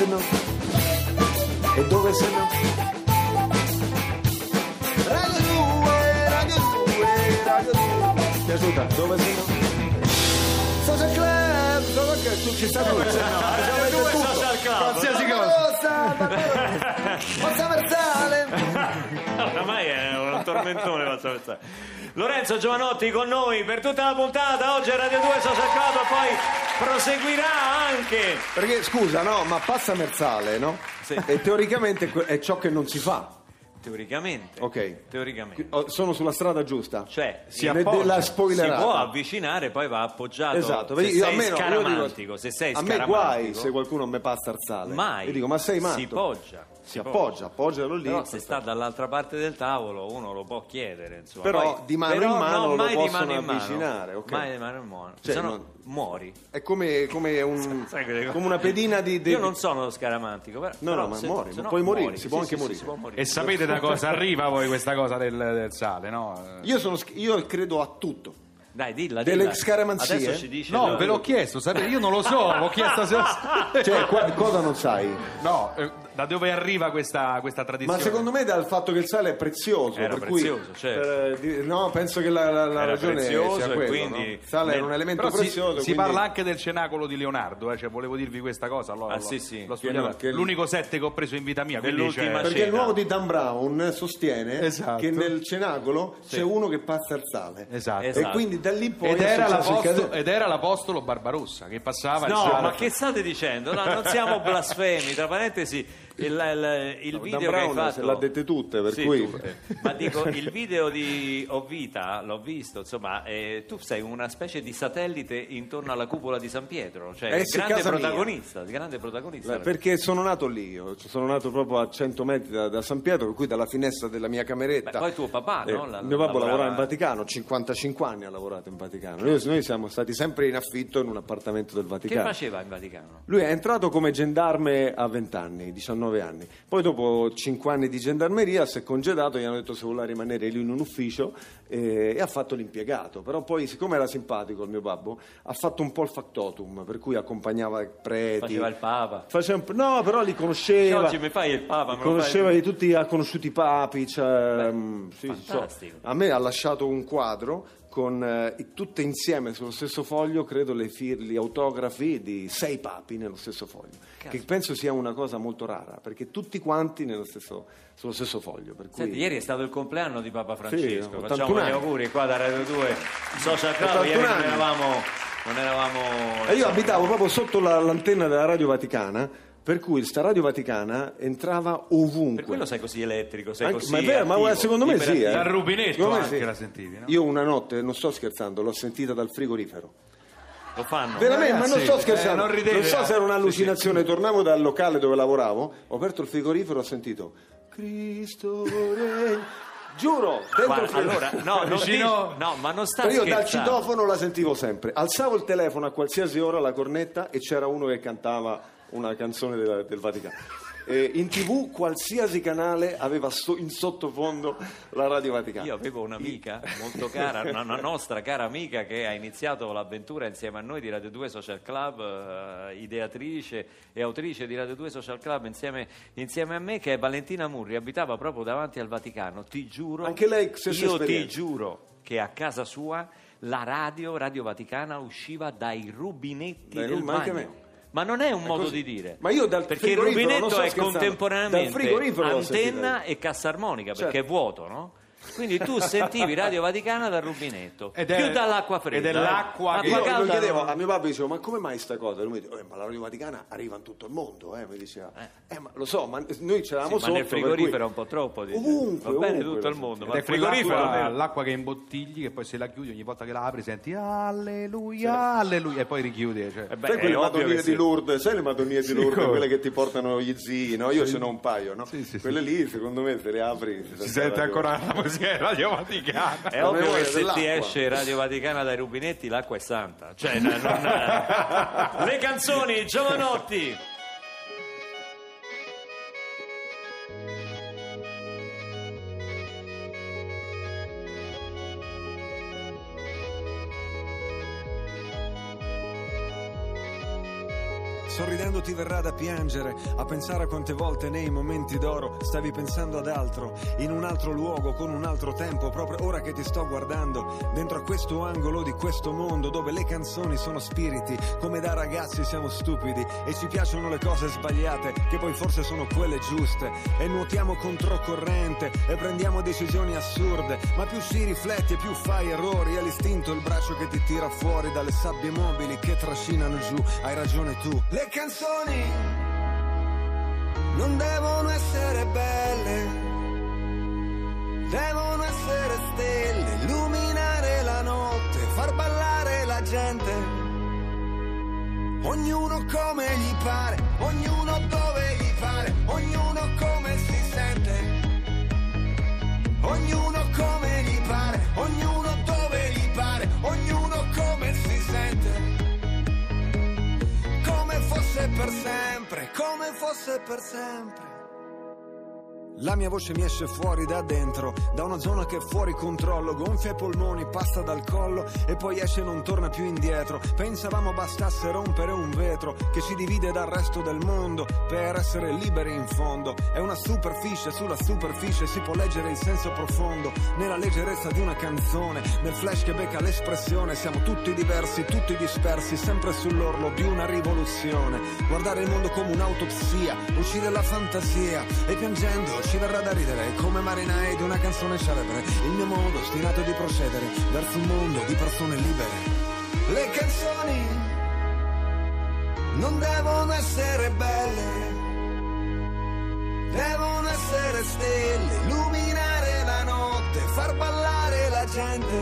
se no? E dove se no? Radio 2, Radio 2, Radio 2. Piaciuta? Dove se no? Social Club, solo che tu ci stai dove se no? Radio 2 Social Club. Qualsiasi cosa. Forza Versale. Oramai è un tormentone Forza Versale. Lorenzo Giovanotti con noi per tutta la puntata. Oggi è Radio 2 Social Club e poi proseguirà anche. Perché scusa, no, ma passa Merzale, no? Sì. E teoricamente è ciò che non si fa. Teoricamente. Ok. Teoricamente. Sono sulla strada giusta. Cioè, la si spoilerata. può avvicinare, poi va appoggiato. Esatto, se io sei almeno scaramantico, se sei a me scaramantico. guai se qualcuno mi passa Arzale. Mai. Io dico, ma sei matto? Si poggia. Si appoggialo lì. Però se sta dall'altra parte del tavolo uno lo può chiedere, insomma. Però Poi, di mano però in mano non lo mai di possono mano in mano. avvicinare, ok. Mai di mano in mano. Cioè, se no non- muori. È come Sai che- come una pedina di... Io non sono scaramantico, però, No, però ma se- muori, se no puoi morire, muori. si può anche morire. si può morire. E sapete da cosa arriva poi questa cosa del sale, no? Io credo a tutto. Dai, dilla. Delle scaramanzie? Adesso ci dice. No, ve l'ho chiesto, sapete, io non lo so, ho chiesto se... Cioè, cosa non sai? No, da dove arriva questa tradizione? Ma secondo me dal fatto che il sale è prezioso. Era per prezioso, cui, certo. no, penso che la Era ragione prezioso sia e quella, quindi- no? Il sale era un elemento Però prezioso. si quindi- parla anche del cenacolo di Leonardo, cioè volevo dirvi questa cosa. Ah, sì. L'ho studiato. Che- L'unico 7 che ho preso in vita mia. Quindi Dell'ultima c'è- Perché cena. il nuovo di Dan Brown sostiene Esatto. che nel cenacolo c'è uno che passa il sale. Esatto. E quindi da lì poi Ed è era, successo il caso- ed era l'apostolo Barbarossa che passava il No, sale. ma che state dicendo? No, non siamo blasfemi. Tra parentesi, il Dan video che hai Brown fatto. se l'ha dette tutte, per Sì, cui... tutte. Ma dico, il video di Ovita l'ho visto, insomma, tu sei una specie di satellite intorno alla cupola di San Pietro, cioè sì, grande casa mia. protagonista, grande protagonista. Perché sono nato lì, io sono nato proprio a 100 metri da San Pietro, per cui dalla finestra della mia cameretta. Beh, poi tuo papà, no? Mio babbo lavorava in Vaticano, 55 anni ha lavorato in Vaticano. Noi siamo stati sempre in affitto in un appartamento del Che Vaticano. faceva in Vaticano? Lui è entrato come gendarme a 20 anni, 19 anni. Poi dopo 5 anni di gendarmeria si è congedato, gli hanno detto se voleva rimanere lì in un ufficio e ha fatto l'impiegato. Però poi, siccome era simpatico il mio babbo, ha fatto un po' il factotum, per cui accompagnava i preti. Faceva il Papa. No, però li conosceva. Oggi mi fai il Papa, me lo Conosceva fai- di tutti, ha conosciuto i papi. Cioè, sì, fantastico. a me ha lasciato un quadro con tutte insieme sullo stesso foglio, credo gli autografi di 6 papi nello stesso foglio, che penso sia una cosa molto rara, perché tutti quanti sullo stesso foglio. Per cui... Senti, ieri è stato il compleanno di Papa Francesco, 81 facciamo gli anni. auguri qua da Radio 2 Social Club. 81 Ieri non anni. eravamo E io abitavo proprio sotto l'antenna della Radio Vaticana, per cui sta Radio Vaticana entrava ovunque. per quello sei così elettrico, sei Anche- così ma è vero, ma attivo, secondo me sì, iperattivo. Dal rubinetto Secondo me anche sì. la sentivi, no? Io una notte, non sto scherzando, l'ho sentita dal frigorifero. Lo fanno. Veramente, ma non ragazzi, sto scherzando. non ridete, non so se era no. un'allucinazione. Tornavo dal locale dove lavoravo, ho aperto il frigorifero e ho sentito Cristo regna. Giuro, dentro Guarda, il frigorifero. allora, no, non Vicino- dici- no, ma non sta Io dal scherzando. citofono la sentivo sempre. Alzavo il telefono a qualsiasi ora, la cornetta, e c'era uno che cantava una canzone del Vaticano. In TV qualsiasi canale aveva in sottofondo la Radio Vaticana. Io avevo un'amica molto cara, una nostra cara amica che ha iniziato l'avventura insieme a noi di Radio 2 Social Club, ideatrice e autrice di Radio 2 Social Club insieme a me, che è Valentina Murri, abitava proprio davanti al Vaticano, ti giuro. Anche lei stessa Io esperienza. ti giuro che a casa sua la Radio Vaticana usciva dai rubinetti Dai del ma anche a bagno. me. Ma non è un modo così. di dire. Ma io dal perché il frigorifero non rubinetto sto è scherzando. contemporaneamente Dal frigorifero l'ho antenna sentita. e cassa armonica, perché Certo. è vuoto, no? Quindi tu sentivi Radio Vaticana dal rubinetto, Ed è- più dall'acqua fredda. ed è l'acqua che- Io Acqua lo calda chiedevo non- a mio papà, dicevo, ma come mai sta cosa? E lui mi diceva, ma la Radio Vaticana arriva in tutto il mondo, mi diceva. Ma lo so, ma noi c'eravamo Sì, sotto. ma nel frigorifero per è un po' troppo. dice. Ovunque, Va bene ovunque, tutto il lo mondo, Ed ma è il frigorifero l'acqua che imbottigli, che poi se la chiudi ogni volta che la apri senti alleluia, alleluia, e poi richiudi. Cioè. Eh beh, sai quelle è ovvio madonnie che di sì. Lourdes, sai le madonnie di Lourdes, come? quelle che ti portano gli zii, no? Io ce n'ho un paio, no? Sì, sì, Quelle lì, secondo me, se le apri Si sente ancora la musica di Radio Vaticana. È ovvio che memoria se ti dell'acqua. esce Radio Vaticana dai rubinetti l'acqua è santa. Cioè, le canzoni, Giovanotti. sorridendo ti verrà da piangere, a pensare a quante volte nei momenti d'oro stavi pensando ad altro, in un altro luogo, con un altro tempo, proprio ora che ti sto guardando, dentro a questo angolo di questo mondo dove le canzoni sono spiriti, come da ragazzi siamo stupidi e ci piacciono le cose sbagliate, che poi forse sono quelle giuste, e nuotiamo controcorrente e prendiamo decisioni assurde, ma più ci rifletti e più fai errori, è l'istinto il braccio che ti tira fuori dalle sabbie mobili che trascinano giù, hai ragione tu. Le canzoni non devono essere belle, devono essere stelle, illuminare la notte, far ballare la gente, ognuno come gli pare, ognuno dove gli pare, ognuno come si sente, ognuno come gli pare, ognuno dove gli pare, ognuno come si sente, come fosse per sempre, come fosse per sempre. La mia voce mi esce fuori da dentro, da una zona che è fuori controllo, gonfia i polmoni, passa dal collo e poi esce e non torna più indietro. Pensavamo bastasse rompere un vetro che ci divide dal resto del mondo per essere liberi in fondo. È una superficie, sulla superficie si può leggere il senso profondo, nella leggerezza di una canzone, nel flash che becca l'espressione. Siamo tutti diversi, tutti dispersi, sempre sull'orlo di una rivoluzione. Guardare il mondo come un'autopsia, uccide la fantasia e piangendo ci verrà da ridere come marinai di una canzone celebre. Il mio modo ostinato di procedere verso un mondo di persone libere. Le canzoni non devono essere belle, devono essere stelle, illuminare la notte, far ballare la gente,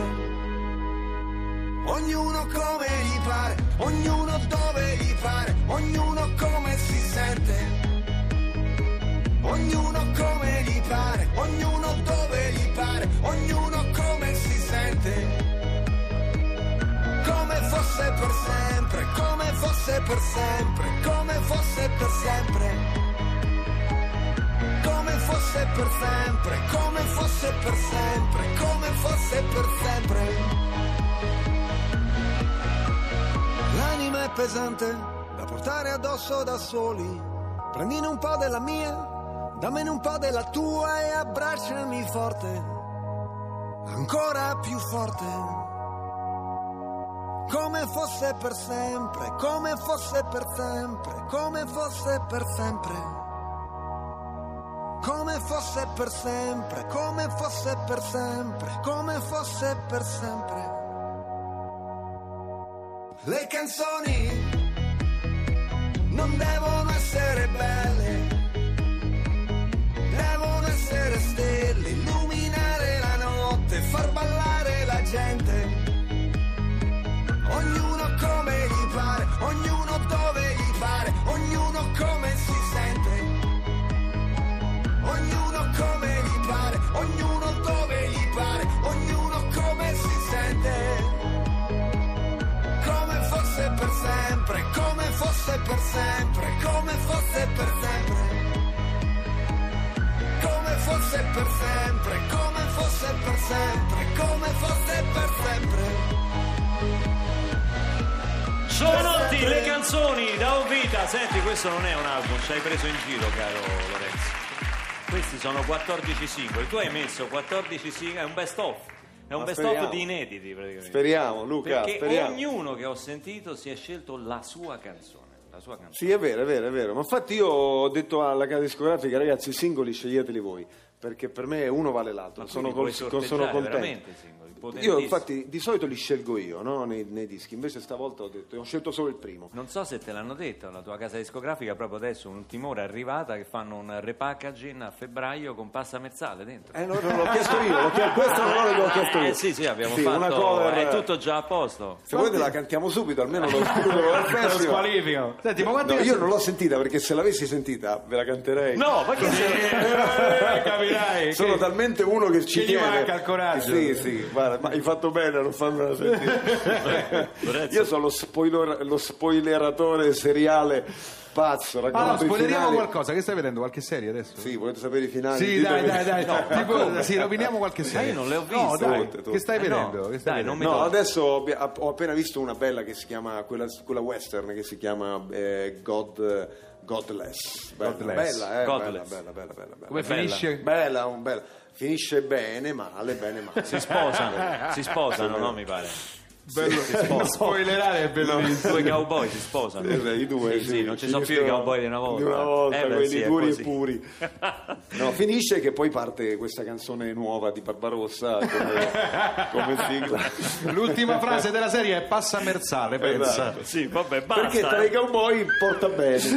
ognuno come gli pare, ognuno dove gli pare, ognuno come si sente, ognuno come gli pare, ognuno dove gli pare, ognuno come si sente, come fosse per sempre, come fosse per sempre, come fosse per sempre, come fosse per sempre, come fosse per sempre, come fosse per sempre. L'anima è pesante da portare addosso da soli, prendine un po' della mia, dammene un po' della tua e abbracciami forte, ancora più forte, come fosse per sempre, come fosse per sempre, come fosse per sempre, come fosse per sempre, come fosse per sempre, come fosse per sempre. Le canzoni non devono essere belle, devono essere stelle, illuminare la notte, far ballare la gente, ognuno come gli pare, ognuno dove gli pare, ognuno come si sente, ognuno come gli pare, ognuno dove gli pare, ognuno come si sente, come fosse per sempre, come fosse per sempre, come fosse per sempre, come fosse per sempre, come fosse per sempre, come fosse per sempre. Giovanotti, le canzoni da Ovvita. Senti, questo non è un album, ci hai preso in giro, caro Lorenzo. Questi sono 14 singoli, tu hai messo 14 singoli, è un best of. È un best of di inediti praticamente. Speriamo, Luca, perché speriamo. ognuno che ho sentito si è scelto la sua canzone. La sua canzone. Sì, è vero, è vero, è vero. Ma infatti io ho detto alla casa discografica, ragazzi, i singoli sceglieteli voi, perché per me uno vale l'altro. Sono contento. Veramente singoli. Io infatti di solito li scelgo io, no? nei dischi, invece stavolta ho scelto solo il primo. Non so se te l'hanno detto, la tua casa discografica proprio adesso, un'ultima ora è arrivata che fanno un repackaging a febbraio con Passa Mezzale dentro. Non l'ho chiesto io, questo non l'ho chiesto io. Sì, abbiamo fatto una cover. È tutto già a posto. Se volete la cantiamo subito, almeno lo escludo dal festival. Lo squalifico. Senti, ma quanto io non l'ho sentita, perché se l'avessi sentita ve la canterei. No, ma che capirai. Sono talmente uno che ci tiene. Gli manca il coraggio. Sì, guarda, ma hai fatto bene a non farmela sentire. Io sono lo spoileratore seriale pazzo, racconto i spoileriamo finali. qualcosa. Che stai vedendo? Qualche serie adesso? Sì, volete sapere i finali? Sì, Ditemi. dai. No, tipo, sì, roviniamo qualche serie. io non le ho No, viste. dai, Tutte. che stai vedendo? no. Che stai Dai, vedendo? non mi No, tolgo. adesso ho appena visto una bella che si chiama quella western che si chiama Godless. Godless. Godless. Bella. Come finisce? Bella. Finisce bene, male. Si sposano, no, mi pare. Non spoilerare è bellissimo. Due cowboy si sposano. I due, Sì, non ci sono più i cowboy di una volta. Di una volta, beh, quelli sì, è duri così. e puri. No, finisce che poi parte questa canzone nuova di Barbarossa come sigla. L'ultima frase della serie è passa Merzale, pensa. Esatto. Sì, vabbè, basta. Perché tra i cowboy porta bene.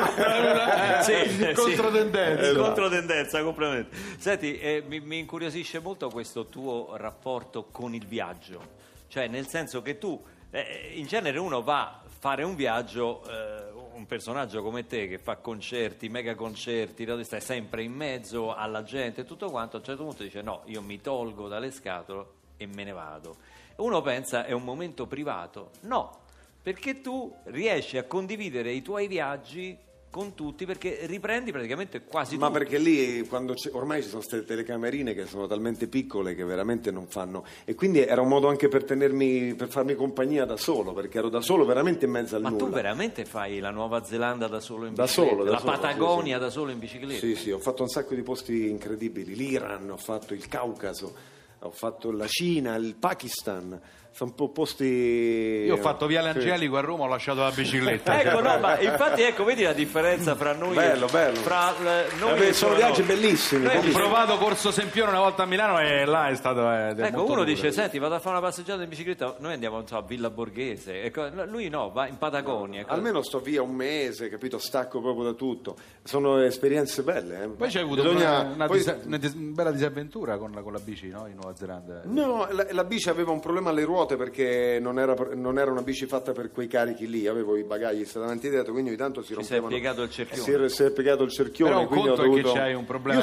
Esatto, Sì, controtendenza. sì. Controtendenza, completamente. Senti, mi incuriosisce molto questo tuo rapporto con il viaggio, cioè nel senso che tu, in genere uno va a fare un viaggio, un personaggio come te che fa concerti, mega concerti, stai sempre in mezzo alla gente e tutto quanto, a un certo punto dice no, io mi tolgo dalle scatole e me ne vado. Uno pensa è un momento privato, no, perché tu riesci a condividere i tuoi viaggi con tutti, perché riprendi praticamente quasi Ma tutto. perché lì ormai ci sono queste telecamerine che sono talmente piccole che veramente non fanno, e quindi era un modo anche per farmi compagnia da solo, perché ero da solo veramente in mezzo al Ma nulla. tu veramente fai la Nuova Zelanda da solo in Da bicicletta? solo, da la solo, Patagonia sì. da solo in bicicletta? Sì, ho fatto un sacco di posti incredibili, l'Iran, ho fatto il Caucaso, ho fatto la Cina, il Pakistan, sono un po' posti... Io ho fatto Viale Angelico a Roma, ho lasciato la bicicletta. Ecco, no, ma infatti ecco, vedi la differenza fra noi Bello. fra noi Vabbè, e sono fra viaggi noi. bellissimi. Noi Ho bellissimi. provato Corso Sempione una volta a Milano e là è stato Ecco, molto uno duro. dice, senti, vado a fare una passeggiata in bicicletta, noi andiamo non so, a Villa Borghese, ecco, lui no, va in Patagonia. ecco. Almeno sto via un mese, capito? Stacco proprio da tutto. Sono esperienze belle. Poi c'hai avuto una bella disavventura con la bici, no? In Nuova Zelanda. No, la bici aveva un problema alle ruote perché non era una bici fatta per quei carichi lì, avevo i bagagli davanti e dietro, quindi ogni tanto si Ci rompevano. si è piegato il cerchione. Si è piegato il cerchione, Però un quindi conto ho è che dovuto... c'hai un problema.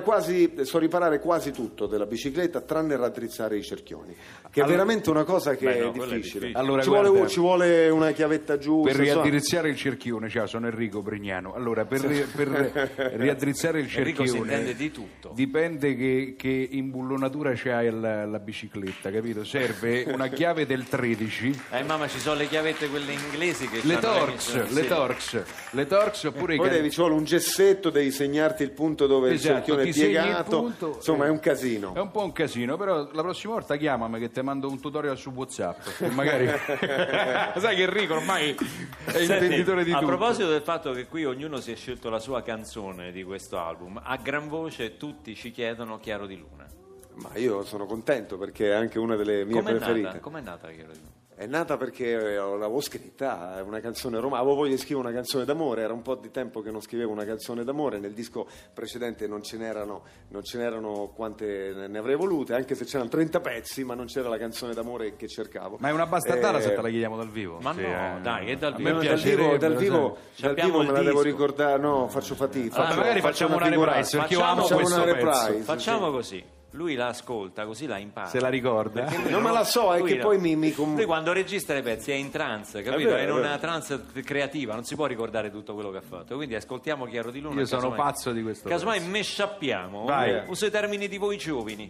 Io so riparare quasi tutto della bicicletta tranne raddrizzare i cerchioni, che è veramente una cosa che Beh, no, è quello è difficile. difficile. Allora, ci guarda, vuole una chiavetta giusta. per insomma. riaddrizzare il cerchione, cioè, sono Enrico Brignano. Allora, per riaddrizzare il Enrico si cerchione intende di tutto. dipende che imbullonatura c'hai la bicicletta, capito? Serve una chiave del 13. Mamma, ci sono le chiavette quelle inglesi che Le c'hanno Torx, sì. le Torx oppure Poi ci vuole un gessetto, devi segnarti il punto dove Esatto, il cerchione è ti segni il piegato, punto, insomma è un casino. È un po' un casino, però la prossima volta chiamami che ti mando un tutorial su WhatsApp. Che magari sai che Enrico ormai è intenditore di a tutto. proposito del fatto che qui ognuno si è scelto la sua canzone di questo album, a gran voce tutti ci chiedono Chiaro di Luna. Ma io sono contento perché è anche una delle mie preferite. Com'è nata Chiaro di Luna? È nata perché l'avevo scritta, è una canzone romana, avevo voglia di scrivere una canzone d'amore, era un po' di tempo che non scrivevo una canzone d'amore, nel disco precedente non ce n'erano quante ne avrei volute, anche se c'erano 30 pezzi, ma non c'era la canzone d'amore che cercavo. Ma è una bastardata se te la chiediamo dal vivo. Ma Sì, no, dai, è dal a vivo. me No, piacerebbe, dal vivo Sappiamo me la il devo disco. ricordare, no, faccio fatica. Allora, magari facciamo una figuraccia. reprise, perché io amo Facciamo questo una pezzo. reprise. Facciamo così. Lui la ascolta, così la impara. Se la ricorda. Perché lui Non me la so, è lui che no. poi Lui quando registra i pezzi è in trance, capito? vero, È in è una vero. trance creativa, non si può ricordare tutto quello che ha fatto. Quindi ascoltiamo Chiaro di Luna. Io sono casomai- pazzo di questo Casomai pezzo. mesciappiamo. Vai. Uso i termini di voi giovani.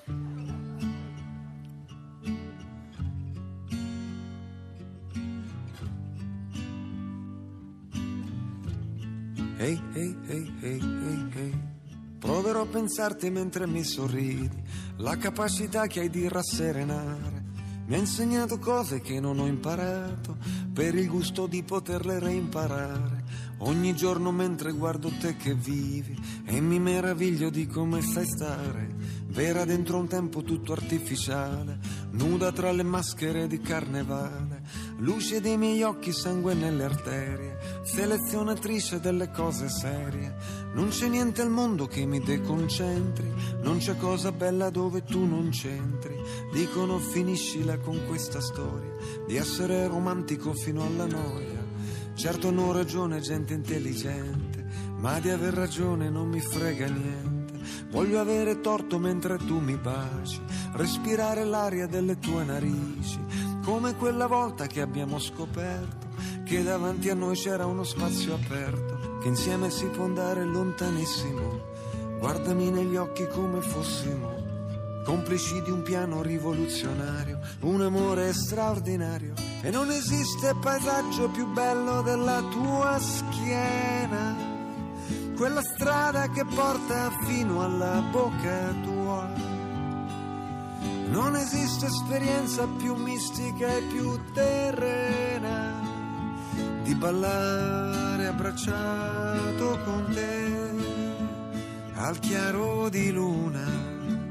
Ehi, ehi, ehi, ehi, ehi, ehi. Proverò a pensarti mentre mi sorridi. La capacità che hai di rasserenare mi ha insegnato cose che non ho imparato, per il gusto di poterle reimparare. Ogni giorno mentre guardo te che vivi e mi meraviglio di come sai stare, vera dentro un tempo tutto artificiale, nuda tra le maschere di carnevale, luce dei miei occhi, sangue nelle arterie, selezionatrice delle cose serie. Non c'è niente al mondo che mi deconcentri, non c'è cosa bella dove tu non c'entri. Dicono finiscila con questa storia di essere romantico fino alla noia. Certo hanno ragione gente intelligente, ma di aver ragione non mi frega niente. Voglio avere torto mentre tu mi baci, respirare l'aria delle tue narici, come quella volta che abbiamo scoperto che davanti a noi c'era uno spazio aperto, che insieme si può andare lontanissimo. Guardami negli occhi come fossimo complici di un piano rivoluzionario, un amore straordinario, e non esiste paesaggio più bello della tua schiena, quella strada che porta fino alla bocca tua. Non esiste esperienza più mistica e più terrena di ballare abbracciato con te al chiaro di luna.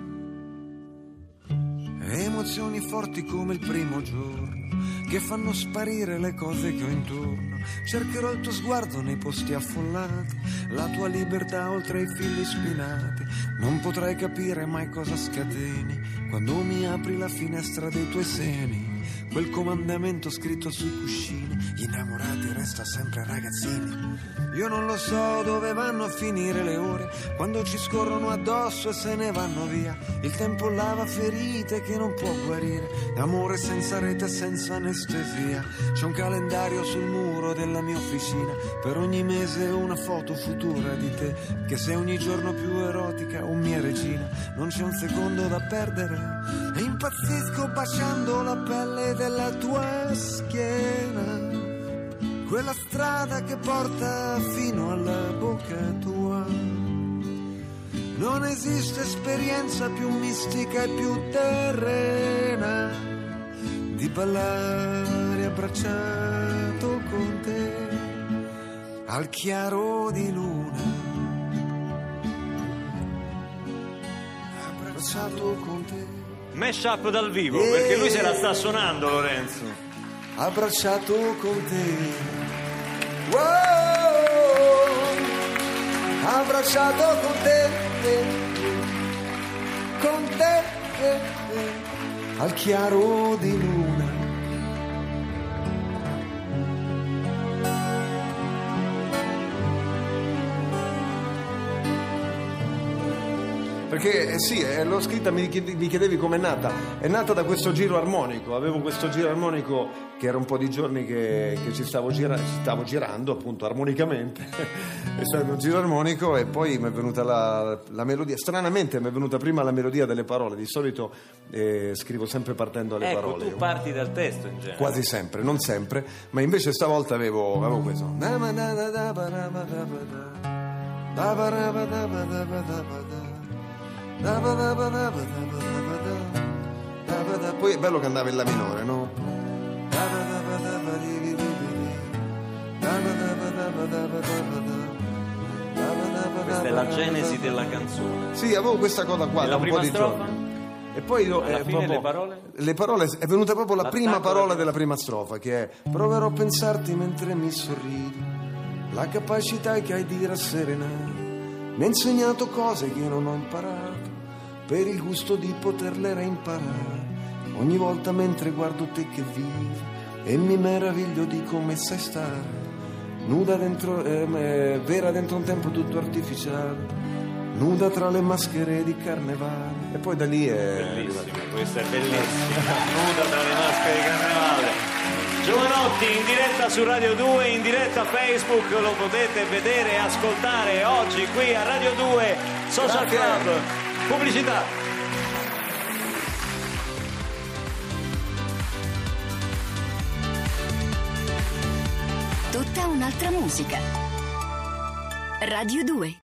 Emozioni forti come il primo giorno che fanno sparire le cose che ho intorno. Cercherò il tuo sguardo nei posti affollati, la tua libertà oltre i fili spinati. Non potrai capire mai cosa scateni quando mi apri la finestra dei tuoi seni. Quel comandamento scritto sui cuscini: gli innamorati resta sempre ragazzini. Io non lo so dove vanno a finire le ore, quando ci scorrono addosso e se ne vanno via. Il tempo lava ferite che non può guarire, amore senza rete, senza anestesia. C'è un calendario sul muro della mia officina, per ogni mese una foto futura di te, che sei ogni giorno più erotica, o mia regina. Non c'è un secondo da perdere e impazzisco baciando la pelle della tua schiena, quella strada che porta fino alla bocca tua. Non esiste esperienza più mistica e più terrena di ballare abbracciato con te al chiaro di luna. Abbracciato con te. Mashup dal vivo, perché lui se la sta suonando, Lorenzo. Abbracciato con te. Wow, abbracciato con te, al chiaro di luna. Perché sì, l'ho scritta, mi chiedevi com'è nata. È nata da questo giro armonico. Avevo questo giro armonico che era un po' di giorni che ci stavo girando appunto armonicamente. È stato un giro armonico e poi mi è venuta la melodia. Stranamente mi è venuta prima la melodia delle parole. Di solito scrivo sempre partendo dalle parole. Tu parti dal testo in genere. Quasi sempre, non sempre, ma invece stavolta avevo questo. Poi è bello che andava in la minore, no? Questa è la genesi della canzone. Sì, avevo questa cosa qua da un po' di giorni. E poi alla fine le parole? Le parole è venuta proprio la prima L'attacco parola della prima strofa, che è: proverò a pensarti mentre mi sorridi, la capacità che hai di rasserenare. Mi ha insegnato cose che non ho imparato, per il gusto di poterle reimparare. Ogni volta mentre guardo te che vivi e mi meraviglio di come sai stare, nuda dentro, vera dentro un tempo tutto artificiale, nuda tra le maschere di carnevale. E poi da lì è bellissimo, questa è bellissima. Nuda tra le maschere di carnevale. Giovanotti in diretta su Radio 2, in diretta Facebook, lo potete vedere e ascoltare oggi qui a Radio 2 Social Club. Pubblicità. Tutta un'altra musica. Radio 2.